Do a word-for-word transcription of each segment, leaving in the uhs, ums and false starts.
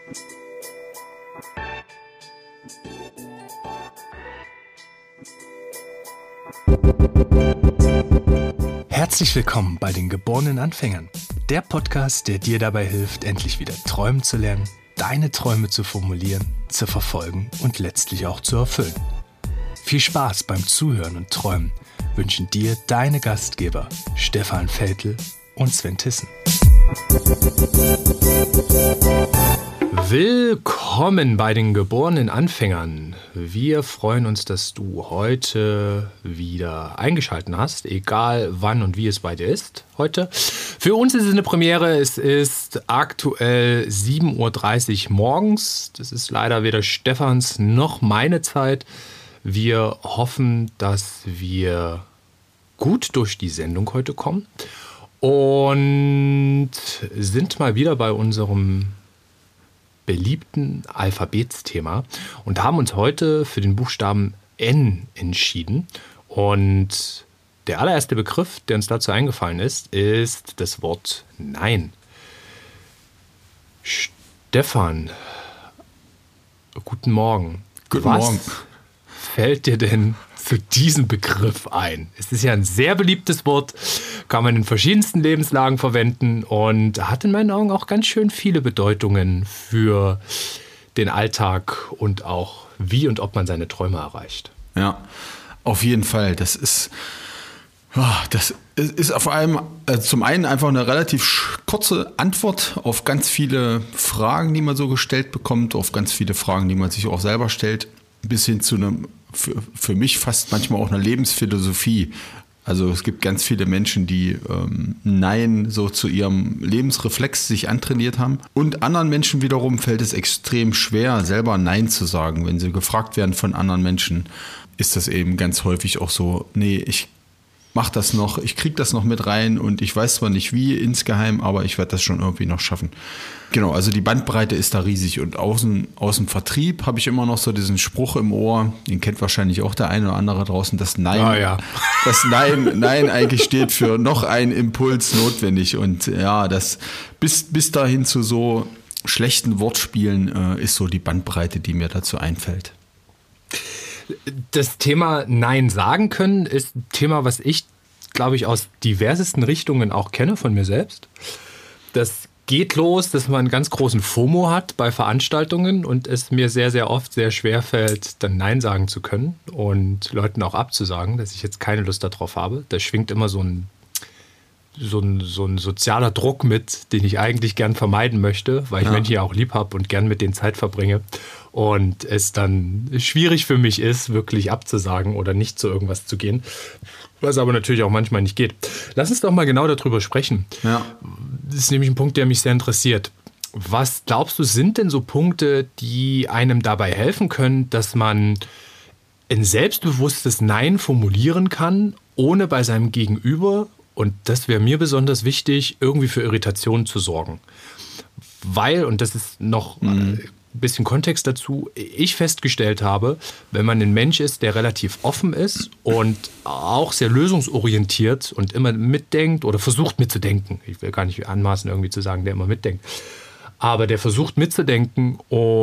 Herzlich willkommen bei den geborenen Anfängern, der Podcast, der dir dabei hilft, endlich wieder träumen zu lernen, deine Träume zu formulieren, zu verfolgen und letztlich auch zu erfüllen. Viel Spaß beim Zuhören und Träumen wünschen dir deine Gastgeber Stefan Veltl und Sven Tissen. Willkommen bei den geborenen Anfängern. Wir freuen uns, dass du heute wieder eingeschaltet hast, egal wann und wie es bei dir ist heute. Für uns ist es eine Premiere. Es ist aktuell sieben Uhr dreißig morgens. Das ist leider weder Stefans noch meine Zeit. Wir hoffen, dass wir gut durch die Sendung heute kommen und sind mal wieder bei unserem beliebten Alphabetsthema und haben uns heute für den Buchstaben N entschieden. Und der allererste Begriff, der uns dazu eingefallen ist, ist das Wort Nein. Stefan, guten Morgen. Guten Was Morgen. fällt dir denn zu diesem Begriff ein? Es ist ja ein sehr beliebtes Wort, kann man in verschiedensten Lebenslagen verwenden und hat in meinen Augen auch ganz schön viele Bedeutungen für den Alltag und auch wie und ob man seine Träume erreicht. Ja, auf jeden Fall. Das ist, das ist auf allem äh, zum einen einfach eine relativ kurze Antwort auf ganz viele Fragen, die man so gestellt bekommt, auf ganz viele Fragen, die man sich auch selber stellt, bis hin zu einem, für, für mich fast manchmal auch eine Lebensphilosophie. Also es gibt ganz viele Menschen, die ähm, Nein so zu ihrem Lebensreflex sich antrainiert haben. Und anderen Menschen wiederum fällt es extrem schwer, selber Nein zu sagen. Wenn sie gefragt werden von anderen Menschen, ist das eben ganz häufig auch so, nee, ich mach das noch, ich krieg das noch mit rein und ich weiß zwar nicht wie insgeheim, aber ich werde das schon irgendwie noch schaffen. Genau, also die Bandbreite ist da riesig und außen, aus dem Vertrieb habe ich immer noch so diesen Spruch im Ohr, den kennt wahrscheinlich auch der eine oder andere draußen, dass Nein, ah, ja. das Nein, Nein eigentlich steht für noch ein Impuls notwendig und ja, das bis, bis dahin zu so schlechten Wortspielen äh, ist so die Bandbreite, die mir dazu einfällt. Das Thema Nein sagen können ist ein Thema, was ich, glaube ich, aus diversesten Richtungen auch kenne von mir selbst. Das geht los, dass man einen ganz großen FOMO hat bei Veranstaltungen und es mir sehr, sehr oft sehr schwer fällt, dann Nein sagen zu können und Leuten auch abzusagen, dass ich jetzt keine Lust darauf habe. Da schwingt immer so ein So ein, so ein sozialer Druck mit, den ich eigentlich gern vermeiden möchte, weil ich ja. Menschen ja auch lieb habe und gern mit denen Zeit verbringe. Und es dann schwierig für mich ist, wirklich abzusagen oder nicht zu irgendwas zu gehen. Was aber natürlich auch manchmal nicht geht. Lass uns doch mal genau darüber sprechen. Ja. Das ist nämlich ein Punkt, der mich sehr interessiert. Was glaubst du, sind denn so Punkte, die einem dabei helfen können, dass man ein selbstbewusstes Nein formulieren kann, ohne bei seinem Gegenüber, und das wäre mir besonders wichtig, irgendwie für Irritationen zu sorgen. Weil, und das ist noch mhm. ein bisschen Kontext dazu, ich festgestellt habe, wenn man ein Mensch ist, der relativ offen ist und auch sehr lösungsorientiert und immer mitdenkt oder versucht mitzudenken, ich will gar nicht anmaßen irgendwie zu sagen, der immer mitdenkt, aber der versucht mitzudenken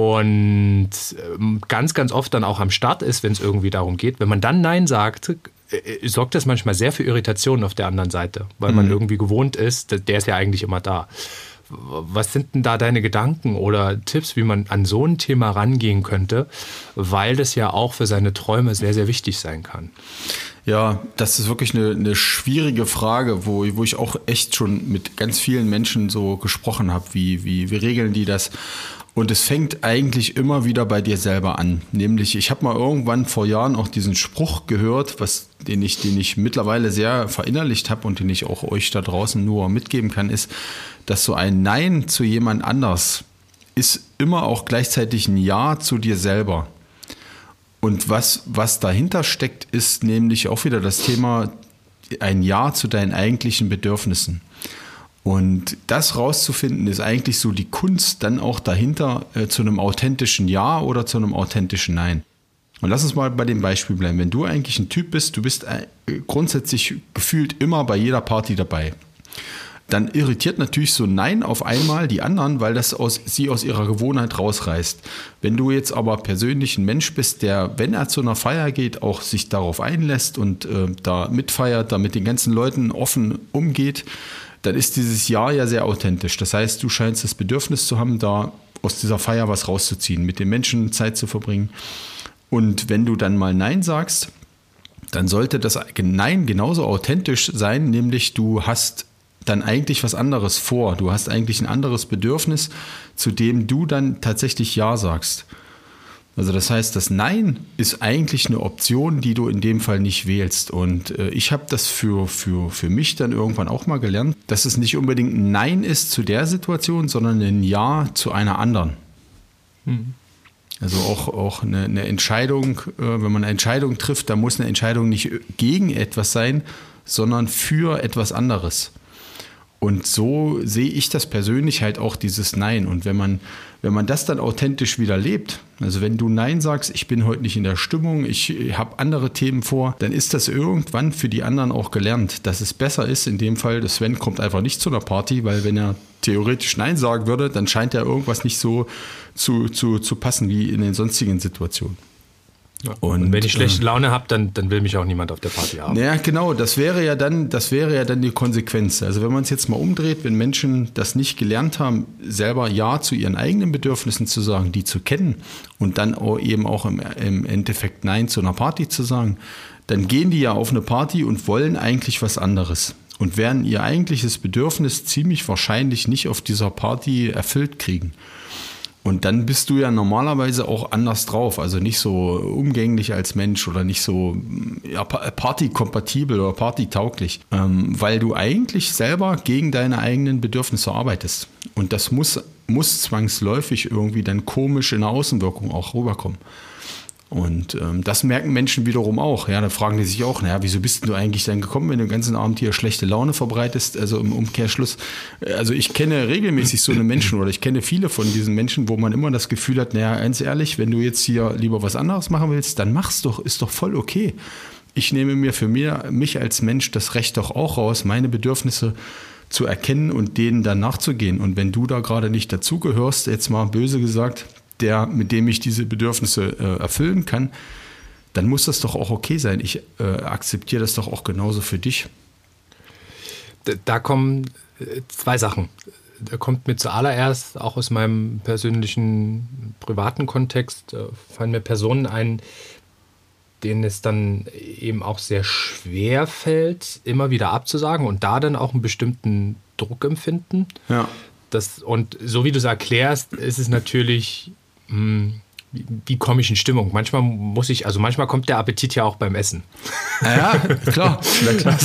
und ganz, ganz oft dann auch am Start ist, wenn es irgendwie darum geht, wenn man dann Nein sagt, sorgt das manchmal sehr für Irritationen auf der anderen Seite, weil man mhm. irgendwie gewohnt ist, der ist ja eigentlich immer da. Was sind denn da deine Gedanken oder Tipps, wie man an so ein Thema rangehen könnte, weil das ja auch für seine Träume sehr, sehr wichtig sein kann? Ja, das ist wirklich eine, eine schwierige Frage, wo, wo ich auch echt schon mit ganz vielen Menschen so gesprochen habe, wie, wie, wie regeln die das? Und es fängt eigentlich immer wieder bei dir selber an. Nämlich, ich habe mal irgendwann vor Jahren auch diesen Spruch gehört, was, den ich, den ich mittlerweile sehr verinnerlicht habe und den ich auch euch da draußen nur mitgeben kann, ist, dass so ein Nein zu jemand anders ist immer auch gleichzeitig ein Ja zu dir selber. Und was, was dahinter steckt, ist nämlich auch wieder das Thema ein Ja zu deinen eigentlichen Bedürfnissen. Und das rauszufinden, ist eigentlich so die Kunst dann auch dahinter äh, zu einem authentischen Ja oder zu einem authentischen Nein. Und lass uns mal bei dem Beispiel bleiben. Wenn du eigentlich ein Typ bist, du bist äh, grundsätzlich gefühlt immer bei jeder Party dabei. dann irritiert natürlich so ein Nein auf einmal die anderen, weil das aus, sie aus ihrer Gewohnheit rausreißt. Wenn du jetzt aber persönlich ein Mensch bist, der, wenn er zu einer Feier geht, auch sich darauf einlässt und äh, da mitfeiert, da mit den ganzen Leuten offen umgeht, dann ist dieses Ja ja sehr authentisch. Das heißt, du scheinst das Bedürfnis zu haben, da aus dieser Feier was rauszuziehen, mit den Menschen Zeit zu verbringen. Und wenn du dann mal Nein sagst, dann sollte das Nein genauso authentisch sein, nämlich du hast dann eigentlich was anderes vor. Du hast eigentlich ein anderes Bedürfnis, zu dem du dann tatsächlich Ja sagst. Also das heißt, das Nein ist eigentlich eine Option, die du in dem Fall nicht wählst. Und äh, ich habe das für, für, für mich dann irgendwann auch mal gelernt, dass es nicht unbedingt ein Nein ist zu der Situation, sondern ein Ja zu einer anderen. Mhm. Also auch, auch eine, eine Entscheidung, äh, wenn man eine Entscheidung trifft, da muss eine Entscheidung nicht gegen etwas sein, sondern für etwas anderes. Und so sehe ich das persönlich halt auch, dieses Nein. Und wenn man, wenn man das dann authentisch wieder lebt, also wenn du Nein sagst, ich bin heute nicht in der Stimmung, ich habe andere Themen vor, dann ist das irgendwann für die anderen auch gelernt, dass es besser ist. In dem Fall, der Sven kommt einfach nicht zu einer Party, weil wenn er theoretisch Nein sagen würde, dann scheint ja irgendwas nicht so zu, zu, zu passen wie in den sonstigen Situationen. Ja. Und, und wenn ich schlechte Laune habe, dann, dann will mich auch niemand auf der Party haben. Ja, genau, das wäre ja dann, das wäre ja dann die Konsequenz. Also wenn man es jetzt mal umdreht, wenn Menschen das nicht gelernt haben, selber Ja zu ihren eigenen Bedürfnissen zu sagen, die zu kennen und dann auch eben auch im, im Endeffekt Nein zu einer Party zu sagen, dann gehen die ja auf eine Party und wollen eigentlich was anderes und werden ihr eigentliches Bedürfnis ziemlich wahrscheinlich nicht auf dieser Party erfüllt kriegen. Und dann bist du ja normalerweise auch anders drauf, also nicht so umgänglich als Mensch oder nicht so ja, partykompatibel oder partytauglich, ähm, weil du eigentlich selber gegen deine eigenen Bedürfnisse arbeitest. Und das muss, muss zwangsläufig irgendwie dann komisch in der Außenwirkung auch rüberkommen. Und ähm, das merken Menschen wiederum auch. Ja, da fragen die sich auch, naja, wieso bist denn du eigentlich dann gekommen, wenn du den ganzen Abend hier schlechte Laune verbreitest? Also im Umkehrschluss. Also ich kenne regelmäßig so eine Menschen oder ich kenne viele von diesen Menschen, wo man immer das Gefühl hat, naja, ganz ehrlich, wenn du jetzt hier lieber was anderes machen willst, dann mach's doch, ist doch voll okay. Ich nehme mir für mir, mich als Mensch das Recht doch auch raus, meine Bedürfnisse zu erkennen und denen dann nachzugehen. Und wenn du da gerade nicht dazugehörst, jetzt mal böse gesagt, der, mit dem ich diese Bedürfnisse äh, erfüllen kann, dann muss das doch auch okay sein. Ich äh, akzeptiere das doch auch genauso für dich. Da kommen zwei Sachen. Da kommt mir zuallererst, auch aus meinem persönlichen, privaten Kontext, äh, fallen mir Personen ein, denen es dann eben auch sehr schwer fällt, immer wieder abzusagen und da dann auch einen bestimmten Druck empfinden. Ja. Das, und so wie du es erklärst, ist es natürlich, mh, wie, wie komme ich in Stimmung? Manchmal muss ich, also manchmal kommt der Appetit ja auch beim Essen. Ja, klar. Na klar.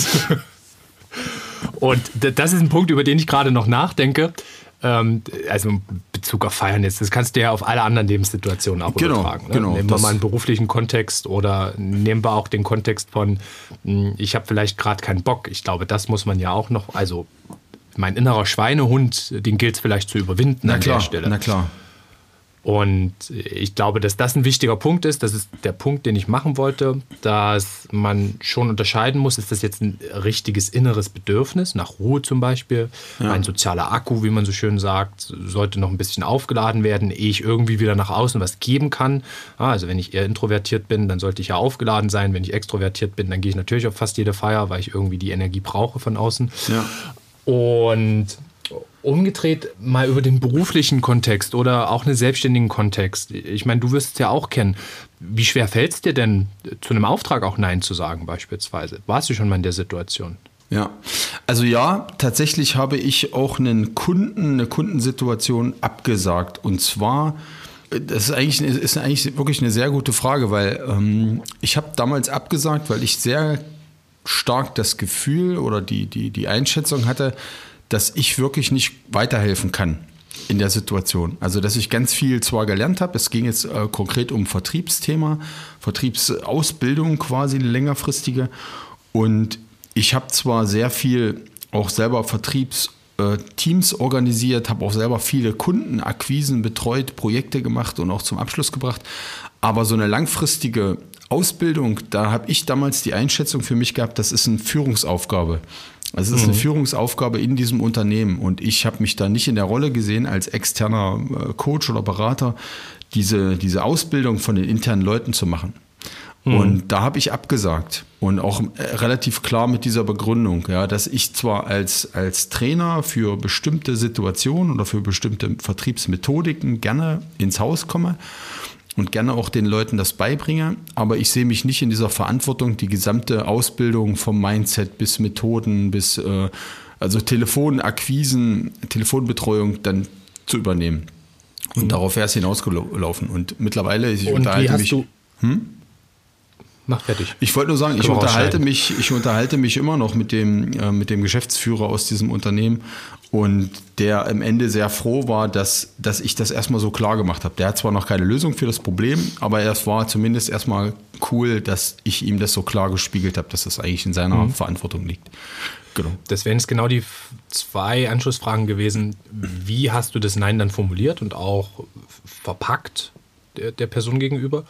Und das ist ein Punkt, über den ich gerade noch nachdenke. Ähm, also in Bezug auf Feiern jetzt, das kannst du ja auf alle anderen Lebenssituationen auch genau, übertragen. Ne? Genau, nehmen wir mal einen beruflichen Kontext oder nehmen wir auch den Kontext von, mh, ich habe vielleicht gerade keinen Bock. Ich glaube, das muss man ja auch noch, also mein innerer Schweinehund, den gilt es vielleicht zu überwinden na an klar, der Stelle. Na klar. Und ich glaube, dass das ein wichtiger Punkt ist. Das ist der Punkt, den ich machen wollte, dass man schon unterscheiden muss, ist das jetzt ein richtiges inneres Bedürfnis, nach Ruhe zum Beispiel. Ja. Mein sozialer Akku, wie man so schön sagt, sollte noch ein bisschen aufgeladen werden, ehe ich irgendwie wieder nach außen was geben kann. Also wenn ich eher introvertiert bin, dann sollte ich ja aufgeladen sein. Wenn ich extrovertiert bin, dann gehe ich natürlich auf fast jede Feier, weil ich irgendwie die Energie brauche von außen. Ja. Und umgedreht mal über den beruflichen Kontext oder auch einen selbstständigen Kontext. Ich meine, du wirst es ja auch kennen. Wie schwer fällt es dir denn, zu einem Auftrag auch Nein zu sagen beispielsweise? Warst du schon mal in der Situation? Ja, also ja, tatsächlich habe ich auch einen Kunden, eine Kundensituation abgesagt. Und zwar, das ist eigentlich, ist eigentlich wirklich eine sehr gute Frage, weil ähm, ich habe damals abgesagt, weil ich sehr stark das Gefühl oder die, die, die Einschätzung hatte, dass ich wirklich nicht weiterhelfen kann in der Situation. Also, dass ich ganz viel zwar gelernt habe, es ging jetzt äh, konkret um Vertriebsthema, Vertriebsausbildung quasi, eine längerfristige. Und ich habe zwar sehr viel auch selber Vertriebsteams äh, organisiert, habe auch selber viele Kundenakquisen betreut, Projekte gemacht und auch zum Abschluss gebracht. Aber so eine langfristige Ausbildung, da habe ich damals die Einschätzung für mich gehabt, das ist eine Führungsaufgabe. Also es ist eine Führungsaufgabe in diesem Unternehmen und ich habe mich da nicht in der Rolle gesehen, als externer Coach oder Berater diese, diese Ausbildung von den internen Leuten zu machen. Mhm. Und da habe ich abgesagt und auch relativ klar mit dieser Begründung, ja, dass ich zwar als, als Trainer für bestimmte Situationen oder für bestimmte Vertriebsmethodiken gerne ins Haus komme und gerne auch den Leuten das beibringe, aber ich sehe mich nicht in dieser Verantwortung, die gesamte Ausbildung vom Mindset bis Methoden, bis äh, also Telefonakquisen, Telefonbetreuung dann zu übernehmen. Und mhm. darauf wäre es hinausgelaufen. Und mittlerweile, ich und unterhalte wie hast mich... Du hm? Mach fertig. Ich wollte nur sagen, ich unterhalte mich, ich unterhalte mich immer noch mit dem, äh, mit dem Geschäftsführer aus diesem Unternehmen und der am Ende sehr froh war, dass, dass ich das erstmal so klar gemacht habe. Der hat zwar noch keine Lösung für das Problem, aber es war zumindest erstmal cool, dass ich ihm das so klar gespiegelt habe, dass das eigentlich in seiner mhm. Verantwortung liegt. Genau. Das wären jetzt genau die zwei Anschlussfragen gewesen. Wie hast du das Nein dann formuliert und auch verpackt der, der Person gegenüber?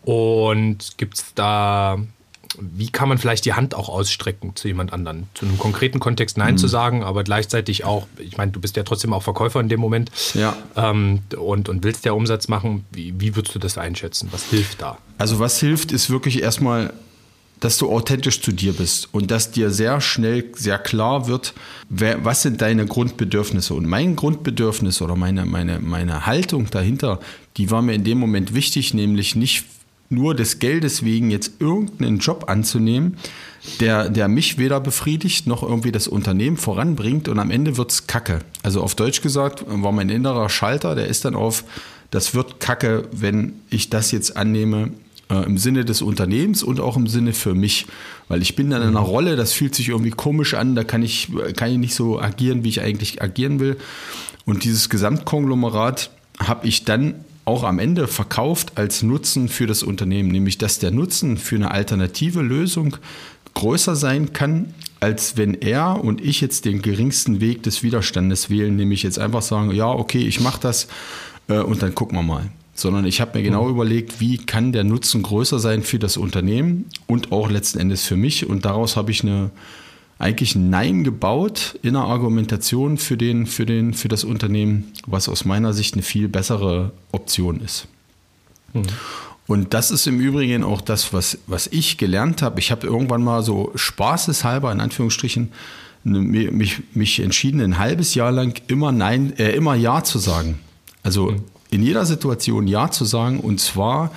Und gibt es da, wie kann man vielleicht die Hand auch ausstrecken zu jemand anderen? Zu einem konkreten Kontext Nein mhm. zu sagen, aber gleichzeitig auch, ich meine, du bist ja trotzdem auch Verkäufer in dem Moment ja. ähm, und, und willst ja Umsatz machen. Wie, wie würdest du das einschätzen? Was hilft da? Also was hilft, ist wirklich erstmal, dass du authentisch zu dir bist und dass dir sehr schnell sehr klar wird, wer, was sind deine Grundbedürfnisse. Und mein Grundbedürfnis oder meine, meine, meine Haltung dahinter, die war mir in dem Moment wichtig, nämlich nicht nur des Geldes wegen jetzt irgendeinen Job anzunehmen, der, der mich weder befriedigt noch irgendwie das Unternehmen voranbringt und am Ende wird's Kacke. Also auf Deutsch gesagt war mein innerer Schalter, der ist dann auf, das wird Kacke, wenn ich das jetzt annehme, äh, im Sinne des Unternehmens und auch im Sinne für mich. Weil ich bin dann in einer Rolle, das fühlt sich irgendwie komisch an, da kann ich, kann ich nicht so agieren, wie ich eigentlich agieren will. Und dieses Gesamtkonglomerat habe ich dann auch am Ende verkauft als Nutzen für das Unternehmen, nämlich dass der Nutzen für eine alternative Lösung größer sein kann, als wenn er und ich jetzt den geringsten Weg des Widerstandes wählen, nämlich jetzt einfach sagen, ja, okay, ich mache das äh, und dann gucken wir mal. Sondern ich habe mir genau mhm. überlegt, wie kann der Nutzen größer sein für das Unternehmen und auch letzten Endes für mich. Und daraus habe ich eine eigentlich ein Nein gebaut in der Argumentation für, den, für, den, für das Unternehmen, was aus meiner Sicht eine viel bessere Option ist. Mhm. Und das ist im Übrigen auch das, was, was ich gelernt habe. Ich habe irgendwann mal so spaßeshalber, in Anführungsstrichen, mich, mich entschieden, ein halbes Jahr lang immer Nein, äh, immer Ja zu sagen. Also mhm. in jeder Situation Ja zu sagen und zwar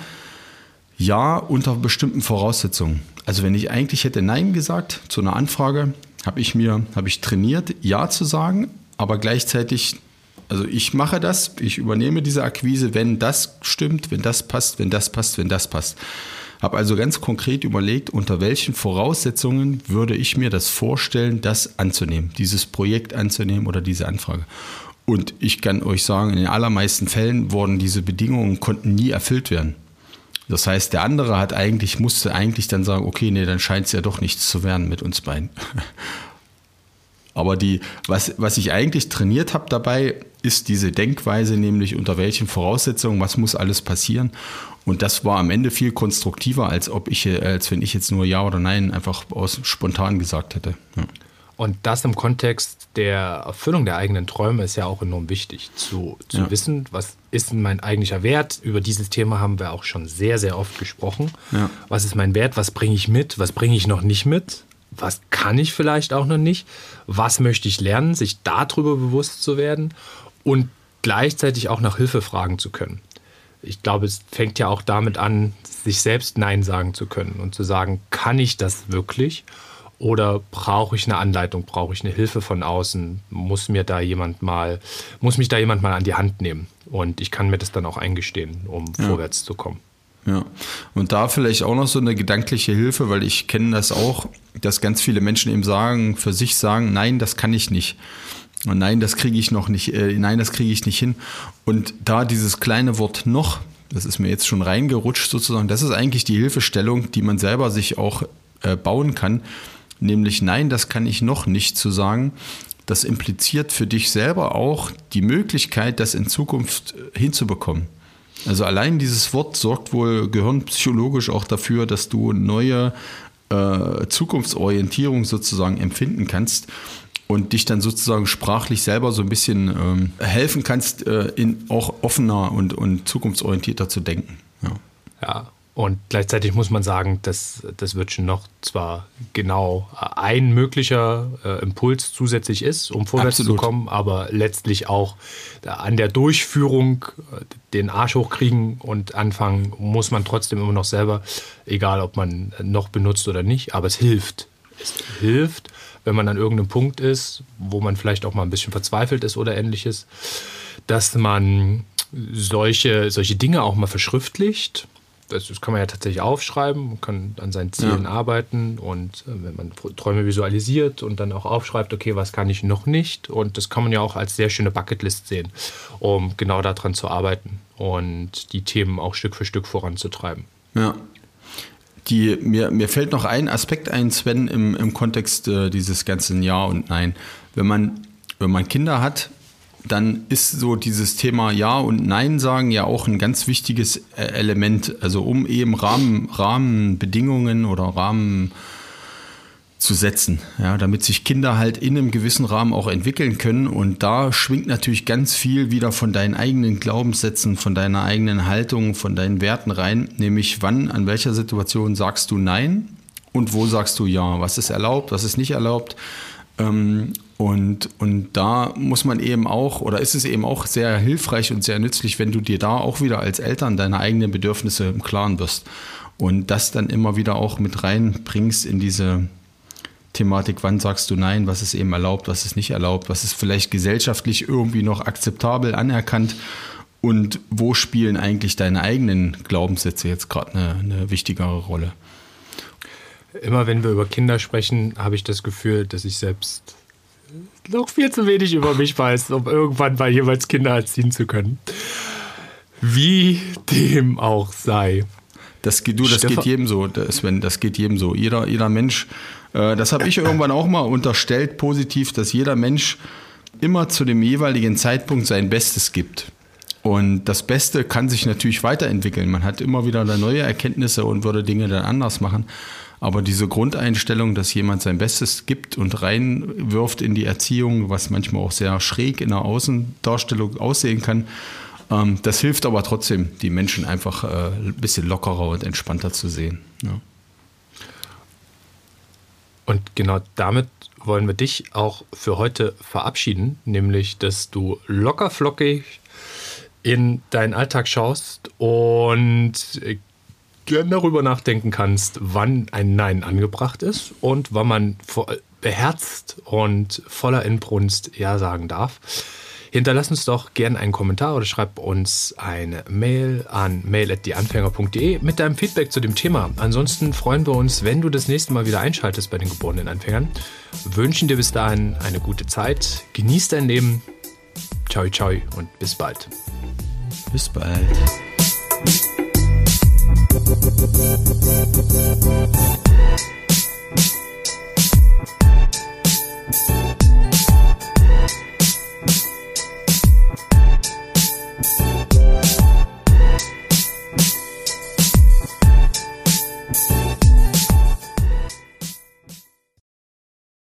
Ja unter bestimmten Voraussetzungen. Also wenn ich eigentlich hätte Nein gesagt zu einer Anfrage, habe ich mir, habe ich trainiert, Ja zu sagen, aber gleichzeitig, also ich mache das, ich übernehme diese Akquise, wenn das stimmt, wenn das passt, wenn das passt, wenn das passt. Habe also ganz konkret überlegt, unter welchen Voraussetzungen würde ich mir das vorstellen, das anzunehmen, dieses Projekt anzunehmen oder diese Anfrage. Und ich kann euch sagen, in den allermeisten Fällen wurden diese Bedingungen, konnten nie erfüllt werden. Das heißt, der andere hat eigentlich, musste eigentlich dann sagen, okay, nee, dann scheint es ja doch nichts zu werden mit uns beiden. Aber die, was, was ich eigentlich trainiert habe dabei, ist diese Denkweise, nämlich unter welchen Voraussetzungen, was muss alles passieren. Und das war am Ende viel konstruktiver, als ob ich, als wenn ich jetzt nur Ja oder Nein einfach aus spontan gesagt hätte. Ja. Und das im Kontext der Erfüllung der eigenen Träume ist ja auch enorm wichtig, zu, zu ja. wissen, was ist denn mein eigentlicher Wert. Über dieses Thema haben wir auch schon sehr, sehr oft gesprochen. Ja. Was ist mein Wert? Was bringe ich mit? Was bringe ich noch nicht mit? Was kann ich vielleicht auch noch nicht? Was möchte ich lernen? Sich darüber bewusst zu werden und gleichzeitig auch nach Hilfe fragen zu können. Ich glaube, es fängt ja auch damit an, sich selbst Nein sagen zu können und zu sagen, kann ich das wirklich? Oder brauche ich eine Anleitung, brauche ich eine Hilfe von außen? Muss mir da jemand mal, muss mich da jemand mal an die Hand nehmen? Und ich kann mir das dann auch eingestehen, um ja. vorwärts zu kommen. Ja, und da vielleicht auch noch so eine gedankliche Hilfe, weil ich kenne das auch, dass ganz viele Menschen eben sagen, für sich sagen, nein, das kann ich nicht. Und nein, das kriege ich noch nicht, äh, nein, das kriege ich nicht hin. Und da dieses kleine Wort noch, das ist mir jetzt schon reingerutscht sozusagen, das ist eigentlich die Hilfestellung, die man selber sich auch äh, bauen kann. Nämlich nein, das kann ich noch nicht zu sagen. Das impliziert für dich selber auch die Möglichkeit, das in Zukunft hinzubekommen. Also allein dieses Wort sorgt wohl gehirnpsychologisch auch dafür, dass du neue äh, Zukunftsorientierung sozusagen empfinden kannst und dich dann sozusagen sprachlich selber so ein bisschen ähm, helfen kannst, äh, in auch offener und, und zukunftsorientierter zu denken. Ja. Ja. Und gleichzeitig muss man sagen, dass das Wörtchen noch zwar genau ein möglicher äh, Impuls zusätzlich ist, um vorwärts Absolut. zu kommen, aber letztlich auch an der Durchführung äh, den Arsch hochkriegen und anfangen muss man trotzdem immer noch selber, egal ob man noch benutzt oder nicht, aber es hilft. Es hilft, wenn man an irgendeinem Punkt ist, wo man vielleicht auch mal ein bisschen verzweifelt ist oder ähnliches, dass man solche, solche Dinge auch mal verschriftlicht. Das kann man ja tatsächlich aufschreiben, man kann an seinen Zielen ja. arbeiten und äh, wenn man Träume visualisiert und dann auch aufschreibt, okay, was kann ich noch nicht, und das kann man ja auch als sehr schöne Bucketlist sehen, um genau daran zu arbeiten und die Themen auch Stück für Stück voranzutreiben. Ja. Die, mir, mir fällt noch ein Aspekt ein, Sven, im, im Kontext äh, dieses ganzen Ja und Nein. Wenn man, wenn man Kinder hat, dann ist so dieses Thema Ja und Nein sagen ja auch ein ganz wichtiges Element. Also um eben Rahmen, Rahmenbedingungen oder Rahmen zu setzen, ja, damit sich Kinder halt in einem gewissen Rahmen auch entwickeln können. Und da schwingt natürlich ganz viel wieder von deinen eigenen Glaubenssätzen, von deiner eigenen Haltung, von deinen Werten rein. Nämlich wann, an welcher Situation sagst du Nein und wo sagst du Ja. Was ist erlaubt, was ist nicht erlaubt. Ähm, Und, und da muss man eben auch, oder ist es eben auch sehr hilfreich und sehr nützlich, wenn du dir da auch wieder als Eltern deine eigenen Bedürfnisse im Klaren wirst und das dann immer wieder auch mit reinbringst in diese Thematik, wann sagst du Nein, was ist eben erlaubt, was ist nicht erlaubt, was ist vielleicht gesellschaftlich irgendwie noch akzeptabel anerkannt und wo spielen eigentlich deine eigenen Glaubenssätze jetzt gerade eine, eine wichtigere Rolle. Immer wenn wir über Kinder sprechen, habe ich das Gefühl, dass ich selbst noch viel zu wenig über mich weiß, um irgendwann mal jeweils Kinder erziehen zu können. Wie dem auch sei. Das, du, das Stefan- geht jedem so, Sven, das geht jedem so. Jeder, jeder Mensch, äh, das habe ich irgendwann auch mal unterstellt, positiv, dass jeder Mensch immer zu dem jeweiligen Zeitpunkt sein Bestes gibt. Und das Beste kann sich natürlich weiterentwickeln. Man hat immer wieder neue Erkenntnisse und würde Dinge dann anders machen. Aber diese Grundeinstellung, dass jemand sein Bestes gibt und reinwirft in die Erziehung, was manchmal auch sehr schräg in der Außendarstellung aussehen kann, ähm, das hilft aber trotzdem, die Menschen einfach äh, ein bisschen lockerer und entspannter zu sehen. Ja. Und genau damit wollen wir dich auch für heute verabschieden, nämlich, dass du locker flockig in deinen Alltag schaust und gern darüber nachdenken kannst, wann ein Nein angebracht ist und wann man beherzt und voller Inbrunst Ja sagen darf. Hinterlass uns doch gerne einen Kommentar oder schreib uns eine Mail an mail at dieanfänger punkt de mit deinem Feedback zu dem Thema. Ansonsten freuen wir uns, wenn du das nächste Mal wieder einschaltest bei den geborenen Anfängern. Wünschen dir bis dahin eine gute Zeit. Genieß dein Leben. Ciao, ciao und bis bald. Bis bald.